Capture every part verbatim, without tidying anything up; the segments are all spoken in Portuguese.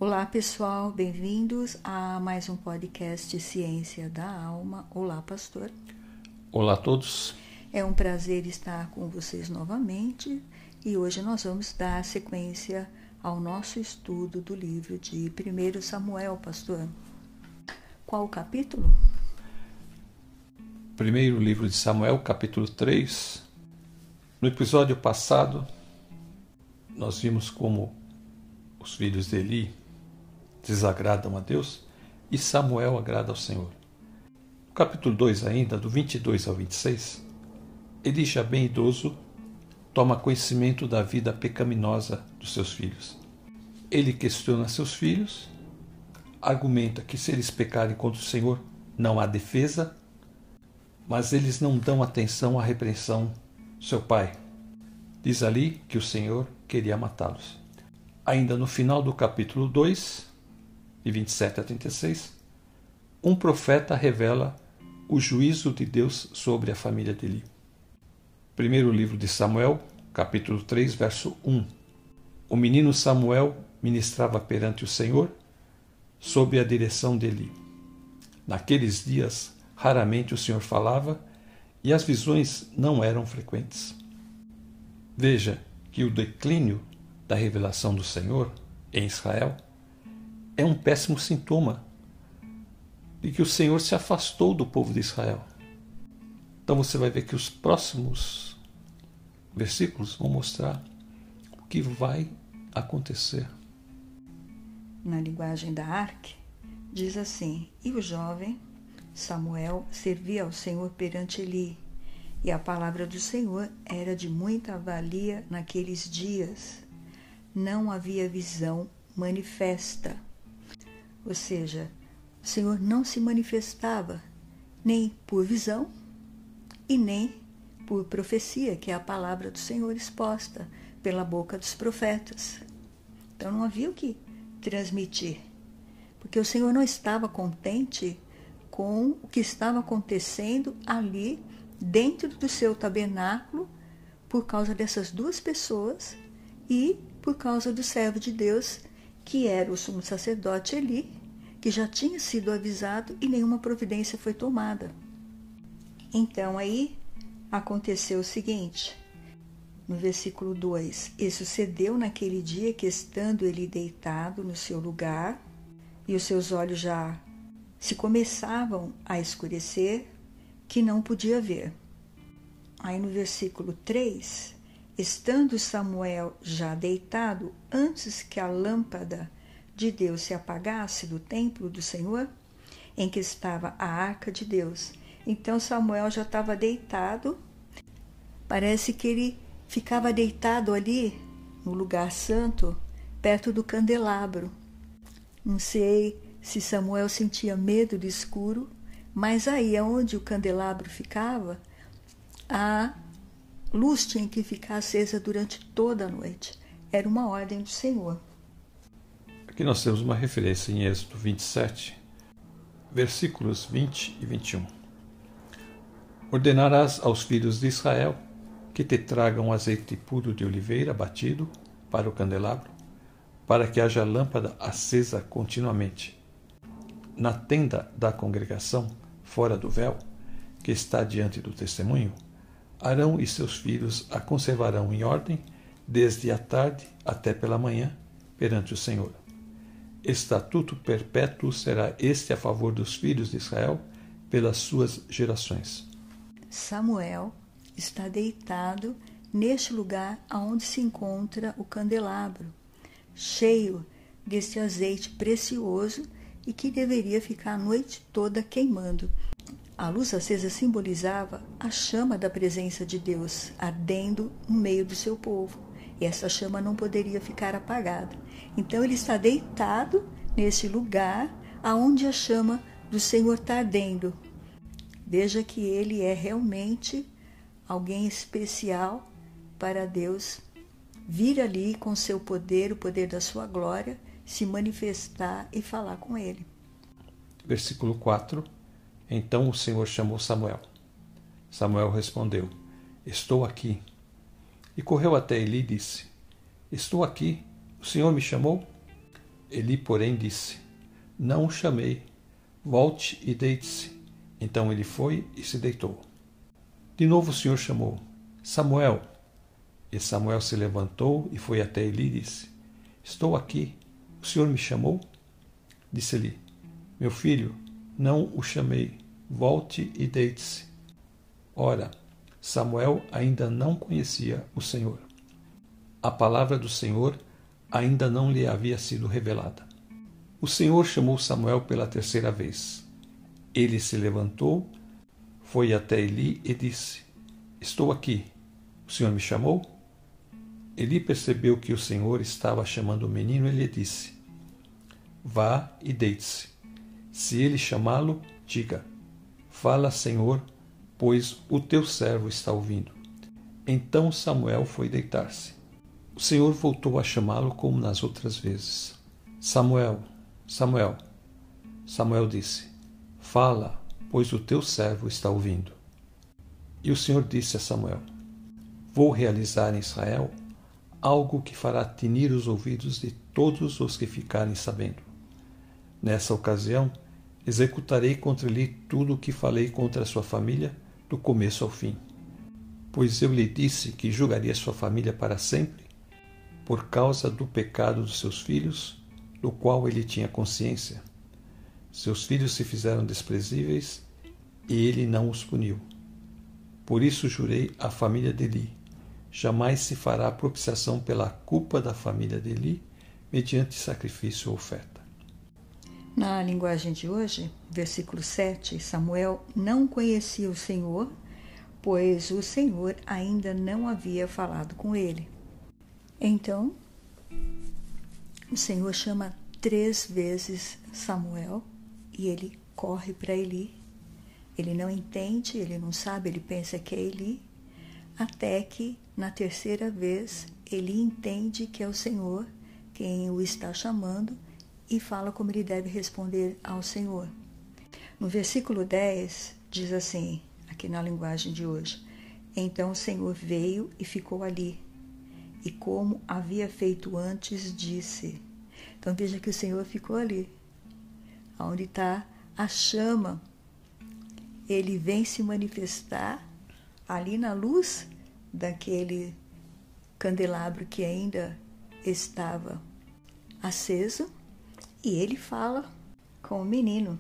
Olá pessoal, bem-vindos a mais um podcast Ciência da Alma. Olá pastor. Olá a todos. É um prazer estar com vocês novamente e hoje nós vamos dar sequência ao nosso estudo do livro de primeiro Samuel, pastor. Qual o capítulo? Primeiro livro de Samuel, capítulo três. No episódio passado, nós vimos como os filhos de Eli desagradam a Deus e Samuel agrada ao Senhor. No capítulo dois ainda, do vinte e dois ao vinte e seis, Eli, já bem idoso, toma conhecimento da vida pecaminosa dos seus filhos. Ele questiona seus filhos, argumenta que se eles pecarem contra o Senhor não há defesa, mas eles não dão atenção à repreensão do seu pai. Diz ali que o Senhor queria matá-los. Ainda no final do capítulo dois, de vinte e sete a trinta e seis, um profeta revela o juízo de Deus sobre a família de Eli. Primeiro livro de Samuel, capítulo três, verso um. O menino Samuel ministrava perante o Senhor sob a direção de Eli. Naqueles dias, raramente o Senhor falava e as visões não eram frequentes. Veja que o declínio da revelação do Senhor em Israel é um péssimo sintoma de que o Senhor se afastou do povo de Israel. Então você vai ver que os próximos versículos vão mostrar o que vai acontecer. Na linguagem da Arque, diz assim: E o jovem Samuel servia ao Senhor perante Eli, e a palavra do Senhor era de muita valia naqueles dias. Não havia visão manifesta. Ou seja, o Senhor não se manifestava nem por visão e nem por profecia, que é a palavra do Senhor exposta pela boca dos profetas. Então não havia o que transmitir, porque o Senhor não estava contente com o que estava acontecendo ali dentro do seu tabernáculo por causa dessas duas pessoas e por causa do servo de Deus, que era o sumo sacerdote Eli, que já tinha sido avisado e nenhuma providência foi tomada. Então aí aconteceu o seguinte, no versículo dois: E sucedeu naquele dia que, estando ele deitado no seu lugar, e os seus olhos já se começavam a escurecer, que não podia ver. Aí no versículo três, estando Samuel já deitado, antes que a lâmpada de Deus se apagasse do templo do Senhor, em que estava a arca de Deus. Então Samuel já estava deitado, parece que ele ficava deitado ali no lugar santo, perto do candelabro. Não sei se Samuel sentia medo do escuro, mas aí onde o candelabro ficava, a luz tinha que ficar acesa durante toda a noite. Era uma ordem do Senhor. Aqui nós temos uma referência em Êxodo vinte e sete, versículos vinte e vinte e um. Ordenarás aos filhos de Israel que te tragam azeite puro de oliveira batido para o candelabro, para que haja lâmpada acesa continuamente. Na tenda da congregação, fora do véu, que está diante do testemunho, Arão e seus filhos a conservarão em ordem, desde a tarde até pela manhã, perante o Senhor. Estatuto perpétuo será este a favor dos filhos de Israel, pelas suas gerações. Samuel está deitado neste lugar onde se encontra o candelabro, cheio desse azeite precioso e que deveria ficar a noite toda queimando. A luz acesa simbolizava a chama da presença de Deus ardendo no meio do seu povo. E essa chama não poderia ficar apagada. Então ele está deitado nesse lugar aonde a chama do Senhor está ardendo. Veja que ele é realmente alguém especial para Deus vir ali com seu poder, o poder da sua glória, se manifestar e falar com ele. Versículo quatro. Então o Senhor chamou Samuel. Samuel respondeu: Estou aqui. E correu até Eli e disse: Estou aqui, o Senhor me chamou? Eli, porém, disse: Não o chamei. Volte e deite-se. Então ele foi e se deitou. De novo o Senhor chamou: Samuel. E Samuel se levantou e foi até Eli e disse: Estou aqui. O Senhor me chamou? Disse Eli: Meu filho, não o chamei. Volte e deite-se. Ora, Samuel ainda não conhecia o Senhor. A palavra do Senhor ainda não lhe havia sido revelada. O Senhor chamou Samuel pela terceira vez. Ele se levantou, foi até Eli e disse: Estou aqui. O Senhor me chamou? Eli percebeu que o Senhor estava chamando o menino e lhe disse: Vá e deite-se. Se ele chamá-lo, diga: Fala, Senhor, pois o teu servo está ouvindo. Então Samuel foi deitar-se. O Senhor voltou a chamá-lo como nas outras vezes. Samuel, Samuel. Samuel disse: Fala, pois o teu servo está ouvindo. E o Senhor disse a Samuel: Vou realizar em Israel algo que fará tinir os ouvidos de todos os que ficarem sabendo. Nessa ocasião, executarei contra ele tudo o que falei contra a sua família, do começo ao fim. Pois eu lhe disse que julgaria sua família para sempre, por causa do pecado dos seus filhos, do qual ele tinha consciência. Seus filhos se fizeram desprezíveis, e ele não os puniu. Por isso jurei à família de Eli: jamais se fará propiciação pela culpa da família de Eli, mediante sacrifício ou oferta. Na linguagem de hoje, versículo sete, Samuel não conhecia o Senhor, pois o Senhor ainda não havia falado com ele. Então, o Senhor chama três vezes Samuel e ele corre para Eli. Ele não entende, ele não sabe, ele pensa que é Eli, até que, na terceira vez, ele entende que é o Senhor quem o está chamando e fala como ele deve responder ao Senhor. No versículo dez, diz assim, aqui na linguagem de hoje: Então o Senhor veio e ficou ali, e como havia feito antes, disse. Então veja que o Senhor ficou ali, onde está a chama. Ele vem se manifestar ali na luz daquele candelabro que ainda estava aceso, e ele fala com o menino.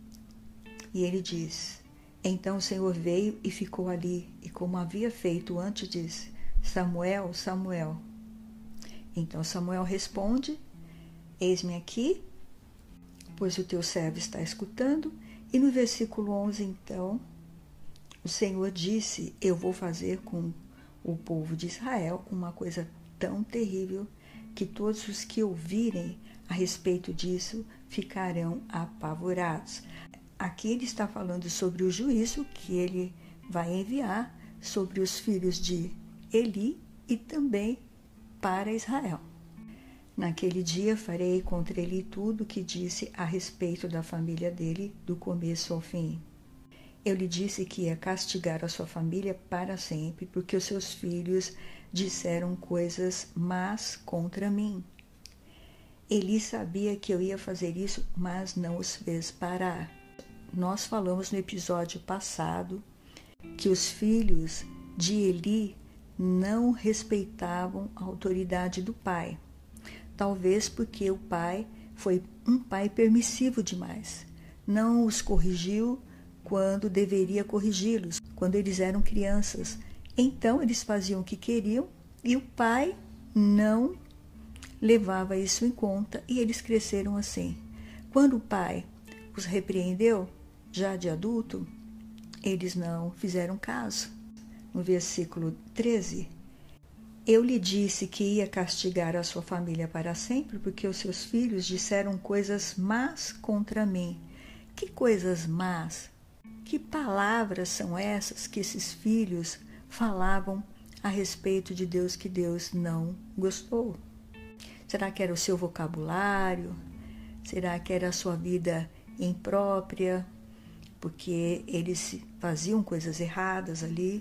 E ele diz: Então o Senhor veio e ficou ali, e como havia feito antes, disse: Samuel, Samuel. Então Samuel responde: Eis-me aqui, pois o teu servo está escutando. E no versículo onze, então, o Senhor disse: Eu vou fazer com o povo de Israel uma coisa tão terrível que todos os que ouvirem a respeito disso ficarão apavorados. Aqui ele está falando sobre o juízo que ele vai enviar sobre os filhos de Eli e também para Israel. Naquele dia farei contra ele tudo o que disse a respeito da família dele, do começo ao fim. Eu lhe disse que ia castigar a sua família para sempre, porque os seus filhos disseram coisas más contra mim. Eli sabia que eu ia fazer isso, mas não os fez parar. Nós falamos no episódio passado que os filhos de Eli não respeitavam a autoridade do pai. Talvez porque o pai foi um pai permissivo demais. Não os corrigiu quando deveria corrigi-los, quando eles eram crianças. Então eles faziam o que queriam e o pai não levava isso em conta e eles cresceram assim. Quando o pai os repreendeu, já de adulto, eles não fizeram caso. No versículo treze, eu lhe disse que ia castigar a sua família para sempre, porque os seus filhos disseram coisas más contra mim. Que coisas más? Que palavras são essas que esses filhos falavam a respeito de Deus que Deus não gostou? Será que era o seu vocabulário? Será que era a sua vida imprópria? Porque eles faziam coisas erradas ali.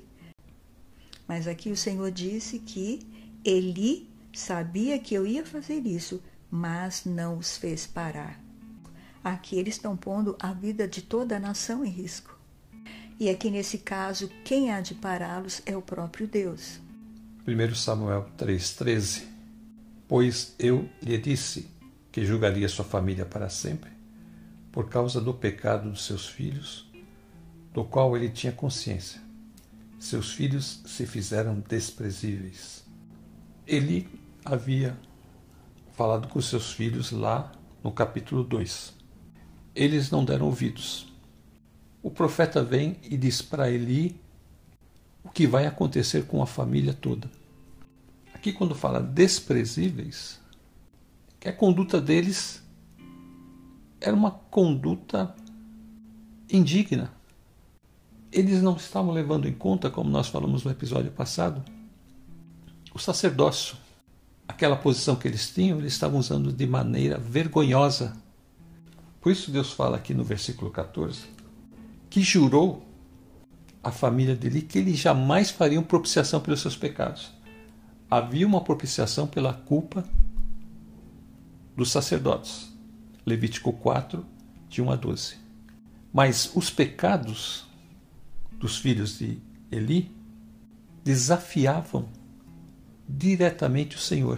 Mas aqui o Senhor disse que Eli sabia que eu ia fazer isso, mas não os fez parar. Aqui eles estão pondo a vida de toda a nação em risco. E aqui nesse caso, quem há de pará-los é o próprio Deus. primeiro Samuel três, treze. Pois eu lhe disse que julgaria sua família para sempre, por causa do pecado dos seus filhos, do qual ele tinha consciência. Seus filhos se fizeram desprezíveis. Eli havia falado com seus filhos lá no capítulo dois. Eles não deram ouvidos. O profeta vem e diz para Eli o que vai acontecer com a família toda. Aqui, quando fala desprezíveis, que a conduta deles era uma conduta indigna. Eles não estavam levando em conta, como nós falamos no episódio passado, o sacerdócio. Aquela posição que eles tinham, eles estavam usando de maneira vergonhosa. Por isso Deus fala aqui no versículo catorze, que jurou a família dele que eles jamais fariam propiciação pelos seus pecados. Havia uma propiciação pela culpa dos sacerdotes. Levítico quatro, de um a doze. Mas os pecados dos filhos de Eli desafiavam diretamente o Senhor.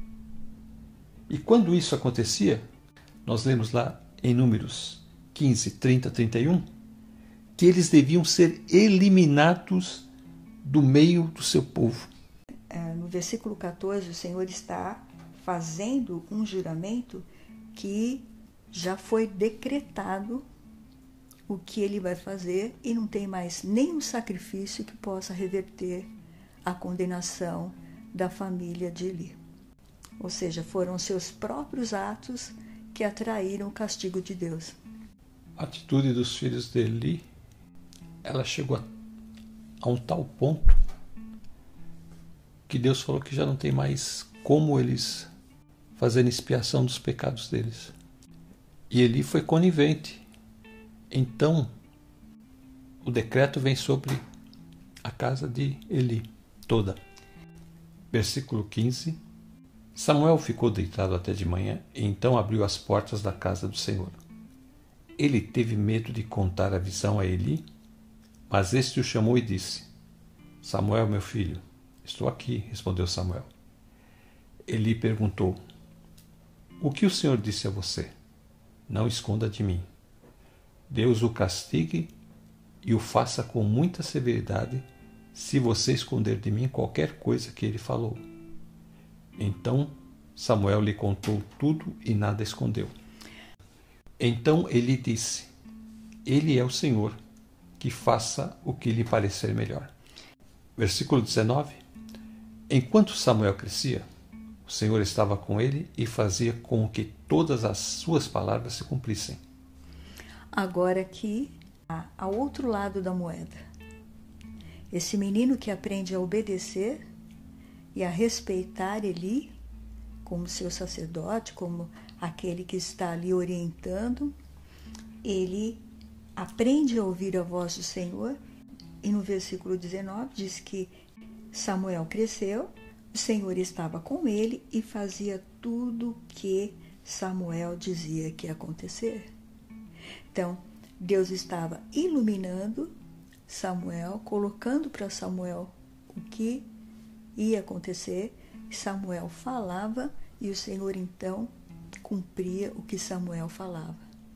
E quando isso acontecia, nós lemos lá em Números quinze, trinta, trinta e um, que eles deviam ser eliminados do meio do seu povo. No versículo catorze, o Senhor está fazendo um juramento que já foi decretado o que ele vai fazer e não tem mais nenhum sacrifício que possa reverter a condenação da família de Eli. Ou seja, foram seus próprios atos que atraíram o castigo de Deus. A atitude dos filhos de Eli, ela chegou a, a um tal ponto que Deus falou que já não tem mais como eles fazerem expiação dos pecados deles. E Eli foi conivente. Então, o decreto vem sobre a casa de Eli toda. Versículo quinze. Samuel ficou deitado até de manhã e então abriu as portas da casa do Senhor. Ele teve medo de contar a visão a Eli, mas este o chamou e disse: Samuel, meu filho. Estou aqui, respondeu Samuel. Eli perguntou: O que o Senhor disse a você? Não esconda de mim. Deus o castigue e o faça com muita severidade se você esconder de mim qualquer coisa que ele falou. Então Samuel lhe contou tudo e nada escondeu. Então Eli disse: Ele é o Senhor, que faça o que lhe parecer melhor. Versículo dezenove. Enquanto Samuel crescia, o Senhor estava com ele e fazia com que todas as suas palavras se cumprissem. Agora aqui, ao outro lado da moeda, esse menino que aprende a obedecer e a respeitar Eli como seu sacerdote, como aquele que está ali orientando, ele aprende a ouvir a voz do Senhor. E no versículo dezenove diz que Samuel cresceu, o Senhor estava com ele e fazia tudo que Samuel dizia que ia acontecer. Então, Deus estava iluminando Samuel, colocando para Samuel o que ia acontecer. Samuel falava e o Senhor então cumpria o que Samuel falava.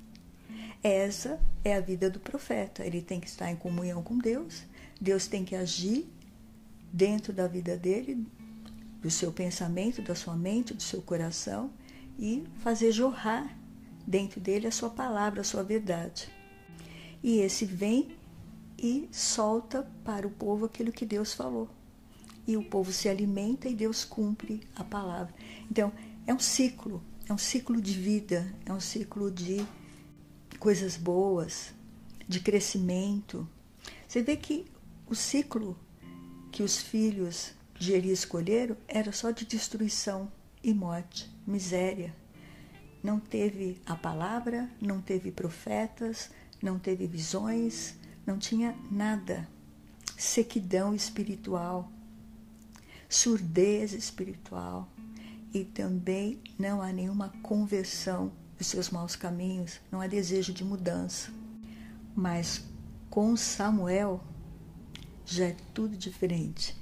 Essa é a vida do profeta. Ele tem que estar em comunhão com Deus. Deus tem que agir dentro da vida dele, do seu pensamento, da sua mente, do seu coração e fazer jorrar dentro dele a sua palavra, a sua verdade. E esse vem e solta para o povo aquilo que Deus falou. E o povo se alimenta e Deus cumpre a palavra. Então, é um ciclo, é um ciclo de vida, é um ciclo de coisas boas, de crescimento. Você vê que o ciclo que os filhos de Eli escolheram era só de destruição e morte, miséria. Não teve a palavra, não teve profetas, não teve visões, não tinha nada. Sequidão espiritual, surdez espiritual. e também não há nenhuma conversão dos seus maus caminhos, não há desejo de mudança. Mas com Samuel já é tudo diferente.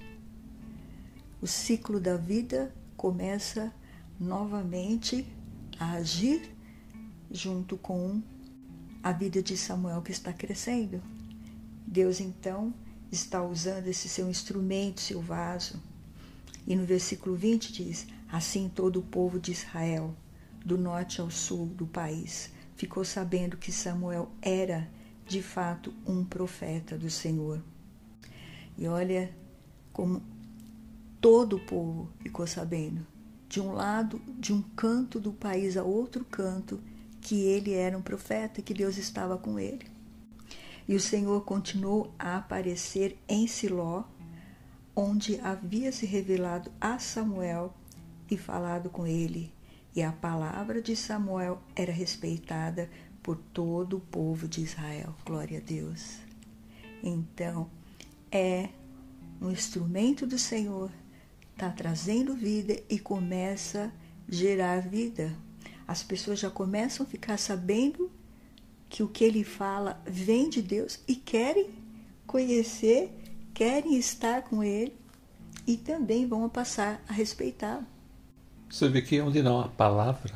O ciclo da vida começa novamente a agir junto com a vida de Samuel que está crescendo. Deus então está usando esse seu instrumento, seu vaso. E no versículo vinte diz: assim todo o povo de Israel, do norte ao sul do país, ficou sabendo que Samuel era, de fato, um profeta do Senhor. E olha como todo o povo ficou sabendo, de um lado, de um canto do país a outro canto, que ele era um profeta, que Deus estava com ele. E o Senhor continuou a aparecer em Siló, onde havia se revelado a Samuel e falado com ele. E a palavra de Samuel era respeitada por todo o povo de Israel. Glória a Deus. Então, é um instrumento do Senhor, está trazendo vida e começa a gerar vida. As pessoas já começam a ficar sabendo que o que ele fala vem de Deus e querem conhecer, querem estar com ele e também vão passar a respeitá-lo. Você vê que onde não há palavra,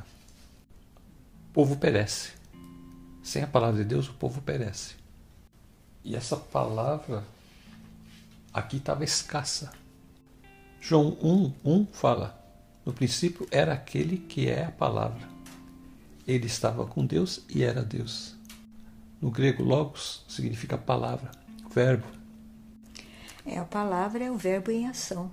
o povo perece. Sem a palavra de Deus, o povo perece. E essa palavra aqui estava escassa. João um, um fala: no princípio era aquele que é a palavra. Ele estava com Deus e era Deus. No grego, logos significa palavra, verbo. É, a palavra é o verbo em ação.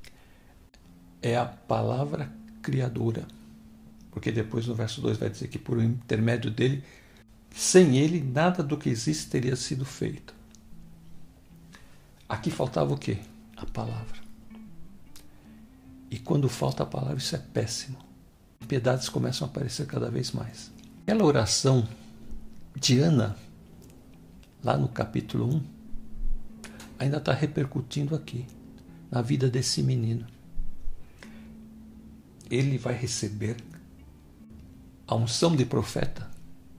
É a palavra criadora. Porque depois no verso dois vai dizer que por intermédio dele, sem ele, nada do que existe teria sido feito. Aqui faltava o quê? A palavra. E quando falta a palavra, isso é péssimo. Impiedades começam a aparecer cada vez mais. Aquela oração de Ana, lá no capítulo um, ainda está repercutindo aqui, na vida desse menino. Ele vai receber a unção de profeta.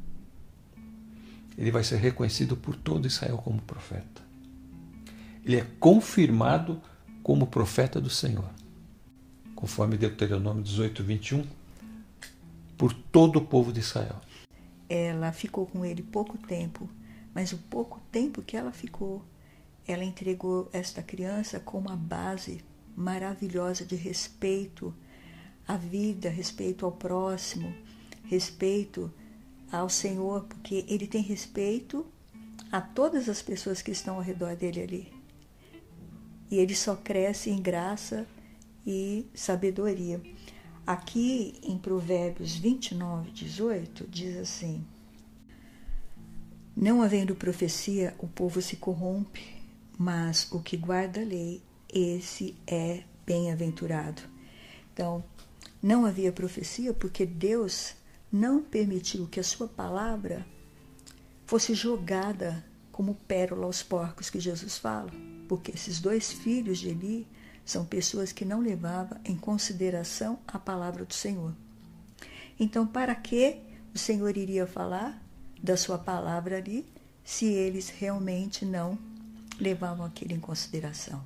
Ele vai ser reconhecido por todo Israel como profeta. Ele é confirmado como profeta do Senhor, conforme Deuteronômio dezoito, vinte e um, por todo o povo de Israel. Ela ficou com ele pouco tempo, mas o pouco tempo que ela ficou, ela entregou esta criança com uma base maravilhosa de respeito à vida, respeito ao próximo, respeito ao Senhor, porque ele tem respeito a todas as pessoas que estão ao redor dele ali. E ele só cresce em graça e sabedoria. Aqui em Provérbios vinte e nove, dezoito, diz assim: não havendo profecia, o povo se corrompe, mas o que guarda a lei, esse é bem-aventurado. Então, não havia profecia porque Deus não permitiu que a sua palavra fosse jogada como pérola aos porcos, que Jesus fala, porque esses dois filhos de Eli são pessoas que não levavam em consideração a palavra do Senhor. Então, para que o Senhor iria falar da sua palavra ali, se eles realmente não levavam aquilo em consideração?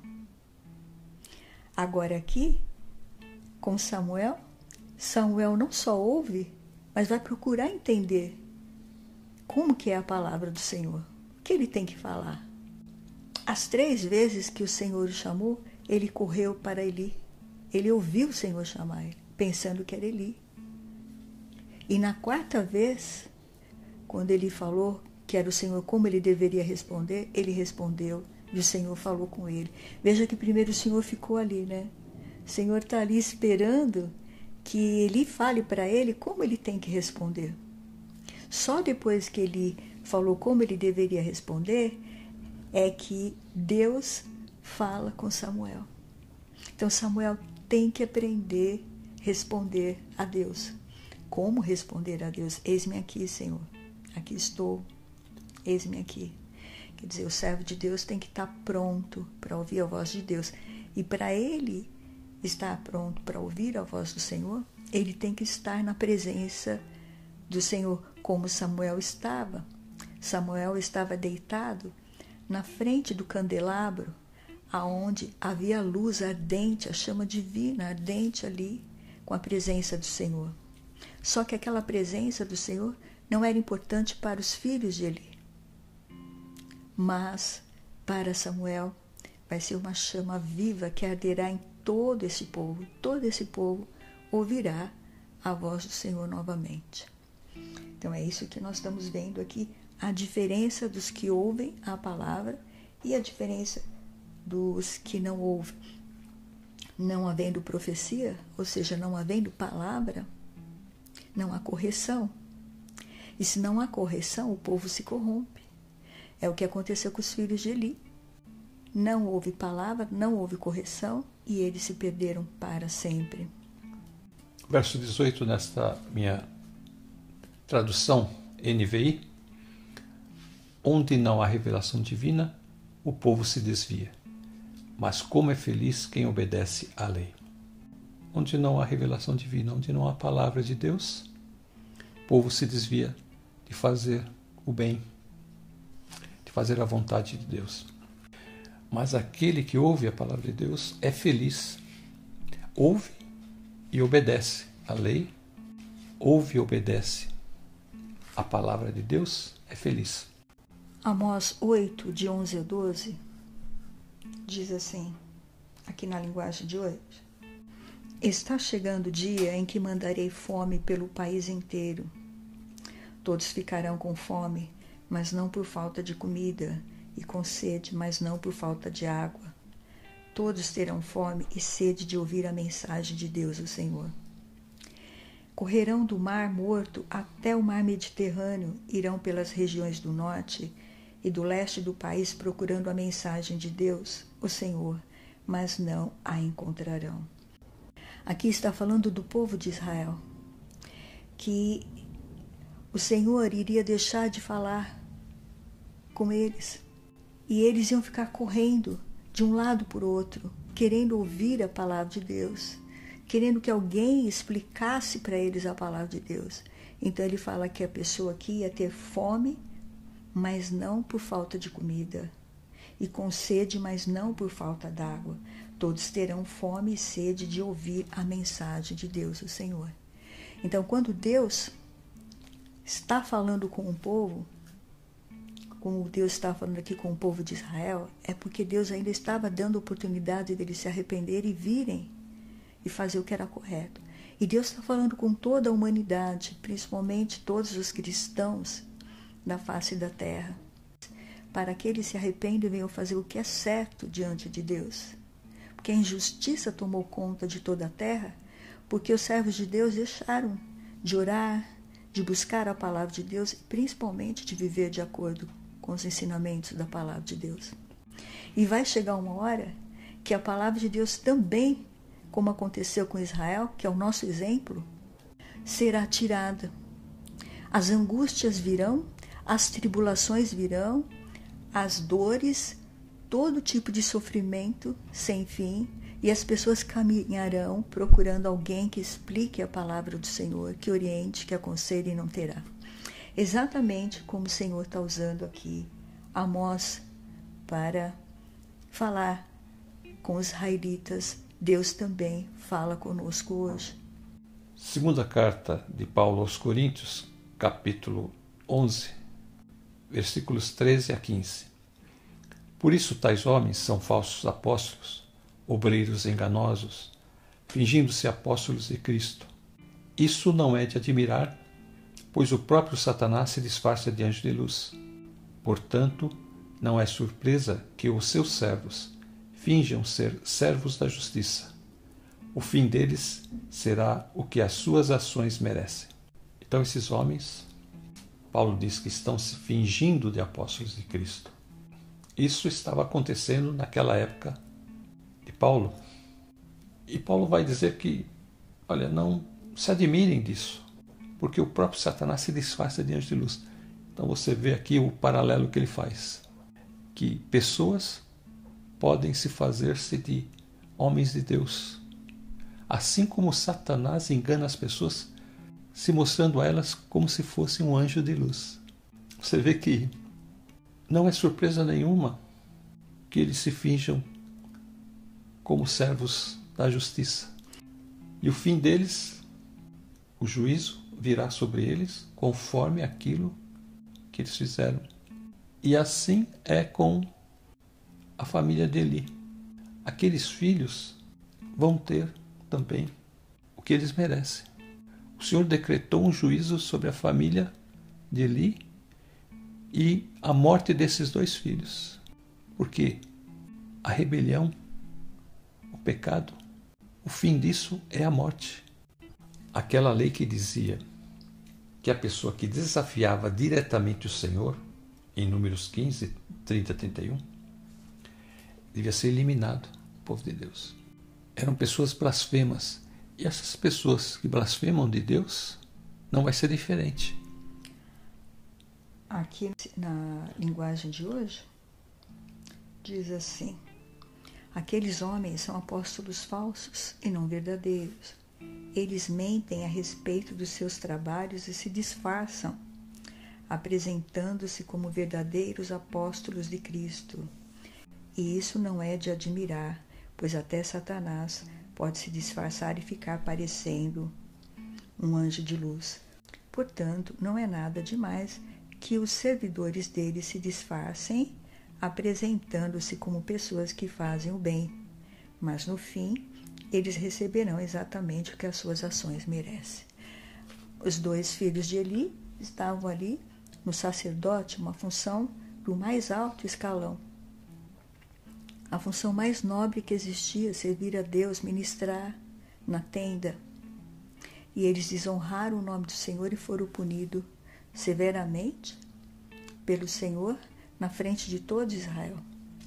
Agora aqui, com Samuel, Samuel não só ouve, mas vai procurar entender como que é a palavra do Senhor, o que ele tem que falar. As três vezes que o Senhor o chamou, ele correu para Eli. Ele ouviu o Senhor chamar ele, pensando que era Eli. E na quarta vez, quando ele falou que era o Senhor, como ele deveria responder, ele respondeu e o Senhor falou com ele. Veja que primeiro o Senhor ficou ali, né? O Senhor está ali esperando que Eli fale para ele como ele tem que responder. Só depois que ele falou como ele deveria responder, é que Deus fala com Samuel. Então Samuel tem que aprender a responder a Deus. Como responder a Deus? Eis-me aqui, Senhor. Aqui estou. Eis-me aqui. Quer dizer, o servo de Deus tem que estar pronto para ouvir a voz de Deus. E para ele estar pronto para ouvir a voz do Senhor, ele tem que estar na presença do Senhor, como Samuel estava. Samuel estava deitado na frente do candelabro, aonde havia luz ardente, a chama divina ardente ali, com a presença do Senhor. Só que aquela presença do Senhor não era importante para os filhos de Eli, mas para Samuel vai ser uma chama viva que arderá em todo esse povo. Todo esse povo ouvirá a voz do Senhor novamente. Então é isso que nós estamos vendo aqui, a diferença dos que ouvem a palavra e a diferença dos que não ouvem. Não havendo profecia, ou seja, não havendo palavra, não há correção. E se não há correção, o povo se corrompe. É o que aconteceu com os filhos de Eli. Não houve palavra, não houve correção e eles se perderam para sempre. Verso dezoito, nesta minha tradução N V I: onde não há revelação divina, o povo se desvia, mas como é feliz quem obedece à lei. Onde não há revelação divina, onde não há palavra de Deus, o povo se desvia de fazer o bem, de fazer a vontade de Deus. Mas aquele que ouve a palavra de Deus é feliz. Ouve e obedece à lei, ouve e obedece a palavra de Deus, é feliz. Amós oito, de onze a doze, diz assim, aqui na linguagem de hoje: está chegando o dia em que mandarei fome pelo país inteiro. Todos ficarão com fome, mas não por falta de comida, e com sede, mas não por falta de água. Todos terão fome e sede de ouvir a mensagem de Deus, o Senhor. Correrão do mar morto até o mar Mediterrâneo, irão pelas regiões do norte e do leste do país procurando a mensagem de Deus, o Senhor, mas não a encontrarão. Aqui está falando do povo de Israel, que o Senhor iria deixar de falar com eles, e eles iam ficar correndo de um lado por outro, querendo ouvir a palavra de Deus, querendo que alguém explicasse para eles a palavra de Deus. Então ele fala que a pessoa aqui ia ter fome, mas não por falta de comida, e com sede, mas não por falta d'água. Todos terão fome e sede de ouvir a mensagem de Deus, o Senhor. Então, quando Deus está falando com o povo, como Deus está falando aqui com o povo de Israel, é porque Deus ainda estava dando oportunidade deles se arrependerem e virem e fazer o que era correto. E Deus está falando com toda a humanidade, principalmente todos os cristãos da face da terra, para que eles se arrependam e venham fazer o que é certo diante de Deus. Porque a injustiça tomou conta de toda a terra, porque os servos de Deus deixaram de orar, de buscar a palavra de Deus e principalmente de viver de acordo com os ensinamentos da palavra de Deus. E vai chegar uma hora que a palavra de Deus também, como aconteceu com Israel, que é o nosso exemplo, será tirada. As angústias virão, as tribulações virão, as dores, todo tipo de sofrimento sem fim, e as pessoas caminharão procurando alguém que explique a palavra do Senhor, que oriente, que aconselhe e não terá. Exatamente como o Senhor está usando aqui Amós para falar com os israelitas, Deus também fala conosco hoje. Segunda carta de Paulo aos Coríntios, capítulo onze, versículos treze a quinze. Por isso tais homens são falsos apóstolos, obreiros enganosos, fingindo-se apóstolos de Cristo. Isso não é de admirar, pois o próprio Satanás se disfarça de anjo de luz. Portanto, não é surpresa que os seus servos finjam ser servos da justiça. O fim deles será o que as suas ações merecem. Então esses homens, Paulo diz que estão se fingindo de apóstolos de Cristo. Isso estava acontecendo naquela época de Paulo. E Paulo vai dizer que, olha, não se admirem disso, porque o próprio Satanás se disfarça de anjo de luz. Então você vê aqui o paralelo que ele faz, que pessoas podem se fazer-se de homens de Deus, Assim como Satanás engana as pessoas, se mostrando a elas como se fosse um anjo de luz. Você vê que não é surpresa nenhuma que eles se finjam como servos da justiça. E o fim deles, o juízo, virá sobre eles conforme aquilo que eles fizeram. E assim é com a família de Eli. Aqueles filhos vão ter também o que eles merecem. O Senhor decretou um juízo sobre a família de Eli e a morte desses dois filhos. Porque a rebelião, o pecado, o fim disso é a morte. Aquela lei que dizia que a pessoa que desafiava diretamente o Senhor, em Números quinze, trinta, trinta e um, devia ser eliminado, o povo de Deus. Eram pessoas blasfemas. E essas pessoas que blasfemam de Deus, não vai ser diferente. Aqui na linguagem de hoje, diz assim: aqueles homens são apóstolos falsos e não verdadeiros. Eles mentem a respeito dos seus trabalhos e se disfarçam, apresentando-se como verdadeiros apóstolos de Cristo. E isso não é de admirar, pois até Satanás pode se disfarçar e ficar parecendo um anjo de luz. Portanto, não é nada demais que os servidores dele se disfarcem, apresentando-se como pessoas que fazem o bem. Mas, no fim, eles receberão exatamente o que as suas ações merecem. Os dois filhos de Eli estavam ali no sacerdote, uma função do mais alto escalão. A função mais nobre que existia, servir a Deus, ministrar na tenda. E eles desonraram o nome do Senhor e foram punidos severamente pelo Senhor na frente de todo Israel.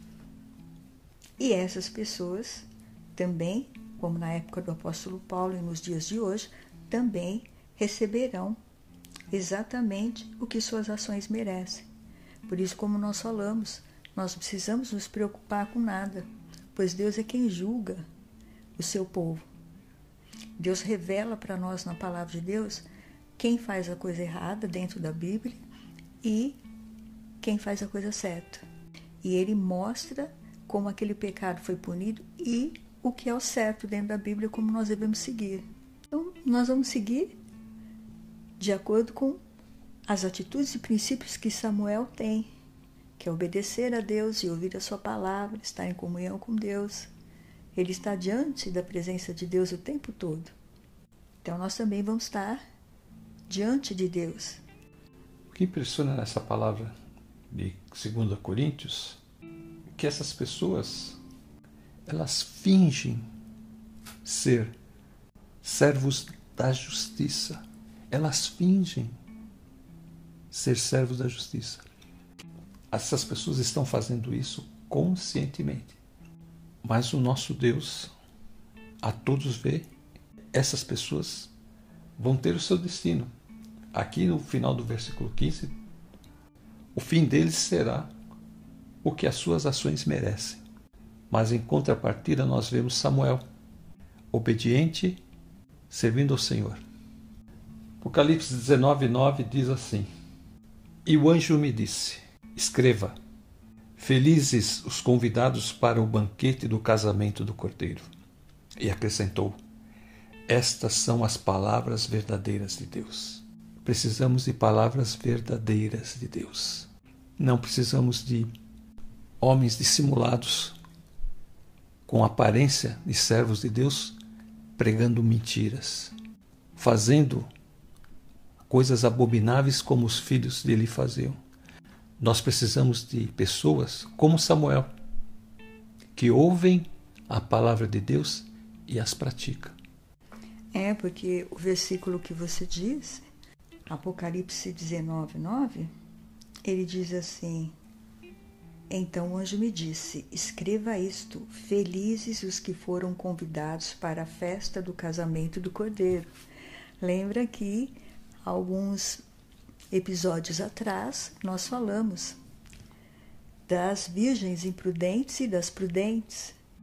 E essas pessoas também, como na época do apóstolo Paulo e nos dias de hoje, também receberão exatamente o que suas ações merecem. Por isso, como nós falamos, nós não precisamos nos preocupar com nada, pois Deus é quem julga o seu povo. Deus revela para nós na palavra de Deus quem faz a coisa errada dentro da Bíblia e quem faz a coisa certa. E Ele mostra como aquele pecado foi punido e o que é o certo dentro da Bíblia, como nós devemos seguir. Então, nós vamos seguir de acordo com as atitudes e princípios que Samuel tem, que é obedecer a Deus e ouvir a sua palavra, estar em comunhão com Deus. Ele está diante da presença de Deus o tempo todo. Então nós também vamos estar diante de Deus. O que impressiona nessa palavra de segunda Coríntios, que essas pessoas, elas fingem ser servos da justiça. Elas fingem ser servos da justiça. Essas pessoas estão fazendo isso conscientemente. Mas o nosso Deus, a todos vê, essas pessoas vão ter o seu destino. Aqui no final do versículo quinze, o fim deles será o que as suas ações merecem. Mas em contrapartida nós vemos Samuel, obediente, servindo ao Senhor. Apocalipse dezenove, nove diz assim: e o anjo me disse: escreva, felizes os convidados para o banquete do casamento do Cordeiro. E acrescentou: estas são as palavras verdadeiras de Deus. Precisamos de palavras verdadeiras de Deus. Não precisamos de homens dissimulados, com aparência de servos de Deus, pregando mentiras, fazendo coisas abomináveis como os filhos dele faziam. Nós precisamos de pessoas como Samuel, que ouvem a palavra de Deus e as praticam. É, porque o versículo que você diz, Apocalipse dezenove, nove, ele diz assim: então o anjo me disse, escreva isto, felizes os que foram convidados para a festa do casamento do Cordeiro. Lembra que alguns episódios atrás nós falamos das virgens imprudentes e das prudentes.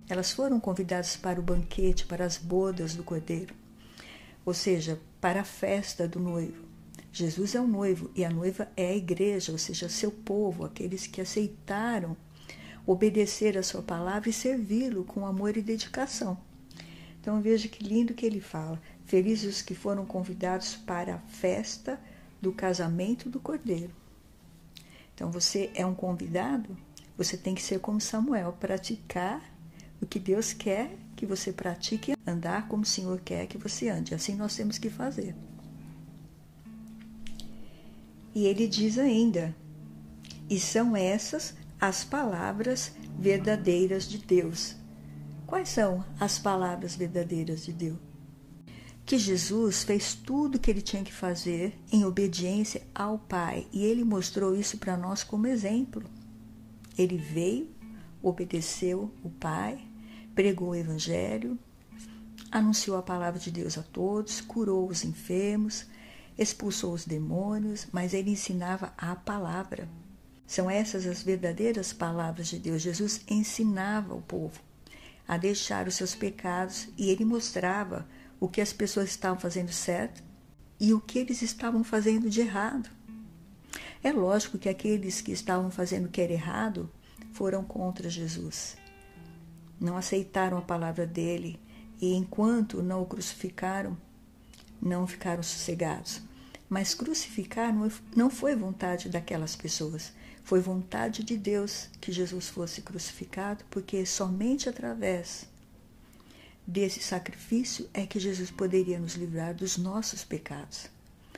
Elas foram convidadas para o banquete, para as bodas do Cordeiro, ou seja, para a festa do noivo. Jesus é o noivo e a noiva é a igreja, ou seja, seu povo, aqueles que aceitaram obedecer a sua palavra e servi-lo com amor e dedicação. Então veja que lindo que ele fala. Felizes os que foram convidados para a festa do casamento do Cordeiro. Então você é um convidado, você tem que ser como Samuel, praticar o que Deus quer que você pratique, andar como o Senhor quer que você ande. Assim nós temos que fazer. E ele diz ainda, e são essas as palavras verdadeiras de Deus. Quais são as palavras verdadeiras de Deus? Que Jesus fez tudo o que ele tinha que fazer em obediência ao Pai. E ele mostrou isso para nós como exemplo. Ele veio, obedeceu o Pai, pregou o Evangelho, anunciou a palavra de Deus a todos, curou os enfermos, expulsou os demônios, mas ele ensinava a palavra. São essas as verdadeiras palavras de Deus. Jesus ensinava o povo a deixar os seus pecados e ele mostrava o que as pessoas estavam fazendo certo e o que eles estavam fazendo de errado. É lógico que aqueles que estavam fazendo o que era errado foram contra Jesus. Não aceitaram a palavra dele e enquanto não o crucificaram, não ficaram sossegados. Mas crucificar não foi vontade daquelas pessoas. Foi vontade de Deus que Jesus fosse crucificado, porque somente através desse sacrifício é que Jesus poderia nos livrar dos nossos pecados,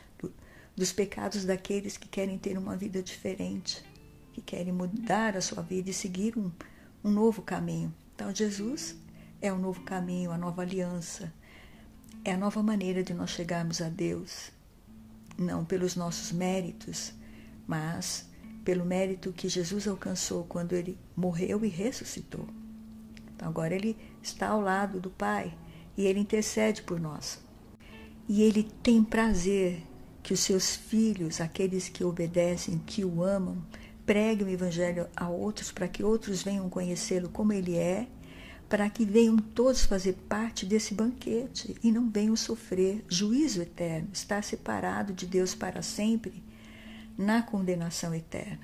dos pecados daqueles que querem ter uma vida diferente, que querem mudar a sua vida e seguir um, um novo caminho. Então Jesus é o novo caminho, a nova aliança, é a nova maneira de nós chegarmos a Deus, não pelos nossos méritos, mas pelo mérito que Jesus alcançou quando ele morreu e ressuscitou. Então agora ele está ao lado do Pai e ele intercede por nós. E ele tem prazer que os seus filhos, aqueles que obedecem, que o amam, preguem o Evangelho a outros para que outros venham conhecê-lo como ele é, para que venham todos fazer parte desse banquete e não venham sofrer juízo eterno, estar separado de Deus para sempre, na condenação eterna.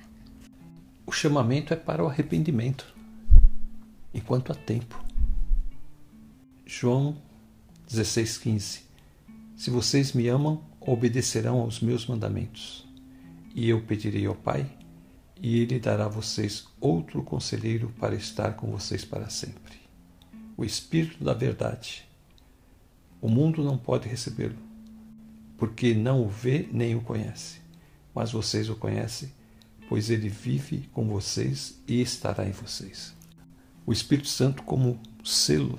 O chamamento é para o arrependimento, enquanto há tempo. João dezesseis, quinze. Se vocês me amam, obedecerão aos meus mandamentos. E eu pedirei ao Pai, e ele dará a vocês outro conselheiro para estar com vocês para sempre. O Espírito da Verdade. O mundo não pode recebê-lo, porque não o vê nem o conhece. Mas vocês o conhecem, pois ele vive com vocês e estará em vocês. O Espírito Santo como selo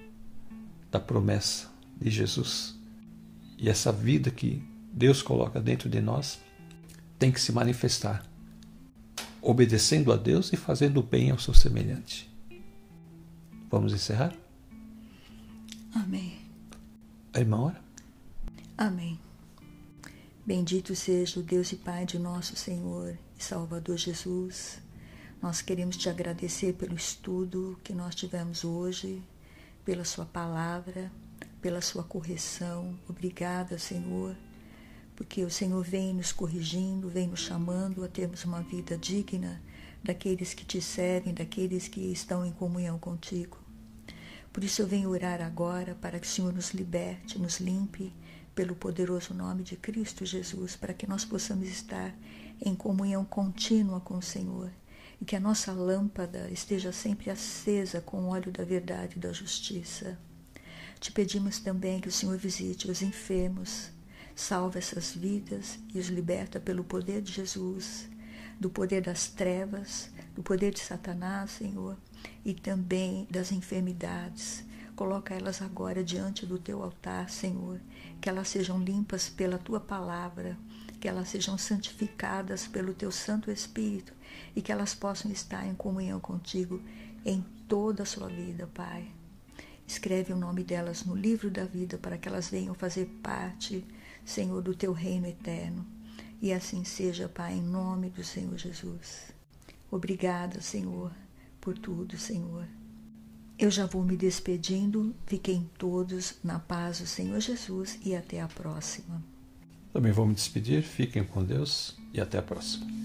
da promessa de Jesus. E essa vida que Deus coloca dentro de nós tem que se manifestar, obedecendo a Deus e fazendo o bem ao seu semelhante. Vamos encerrar? Amém. A irmã ora? Amém. Bendito seja o Deus e Pai de nosso Senhor e Salvador Jesus. Nós queremos te agradecer pelo estudo que nós tivemos hoje, pela sua palavra, pela sua correção. Obrigada, Senhor, porque o Senhor vem nos corrigindo, vem nos chamando a termos uma vida digna daqueles que te servem, daqueles que estão em comunhão contigo. Por isso eu venho orar agora para que o Senhor nos liberte, nos limpe, pelo poderoso nome de Cristo Jesus, para que nós possamos estar em comunhão contínua com o Senhor e que a nossa lâmpada esteja sempre acesa com o óleo da verdade e da justiça. Te pedimos também que o Senhor visite os enfermos, salve essas vidas e os liberta pelo poder de Jesus, do poder das trevas, do poder de Satanás, Senhor, e também das enfermidades. Coloca elas agora diante do teu altar, Senhor, que elas sejam limpas pela tua palavra, que elas sejam santificadas pelo teu Santo Espírito e que elas possam estar em comunhão contigo em toda a sua vida, Pai. Escreve o nome delas no livro da vida para que elas venham fazer parte, Senhor, do teu reino eterno. E assim seja, Pai, em nome do Senhor Jesus. Obrigada, Senhor, por tudo, Senhor. Eu já vou me despedindo. Fiquem todos na paz do Senhor Jesus e até a próxima. Também vou me despedir. Fiquem com Deus e até a próxima.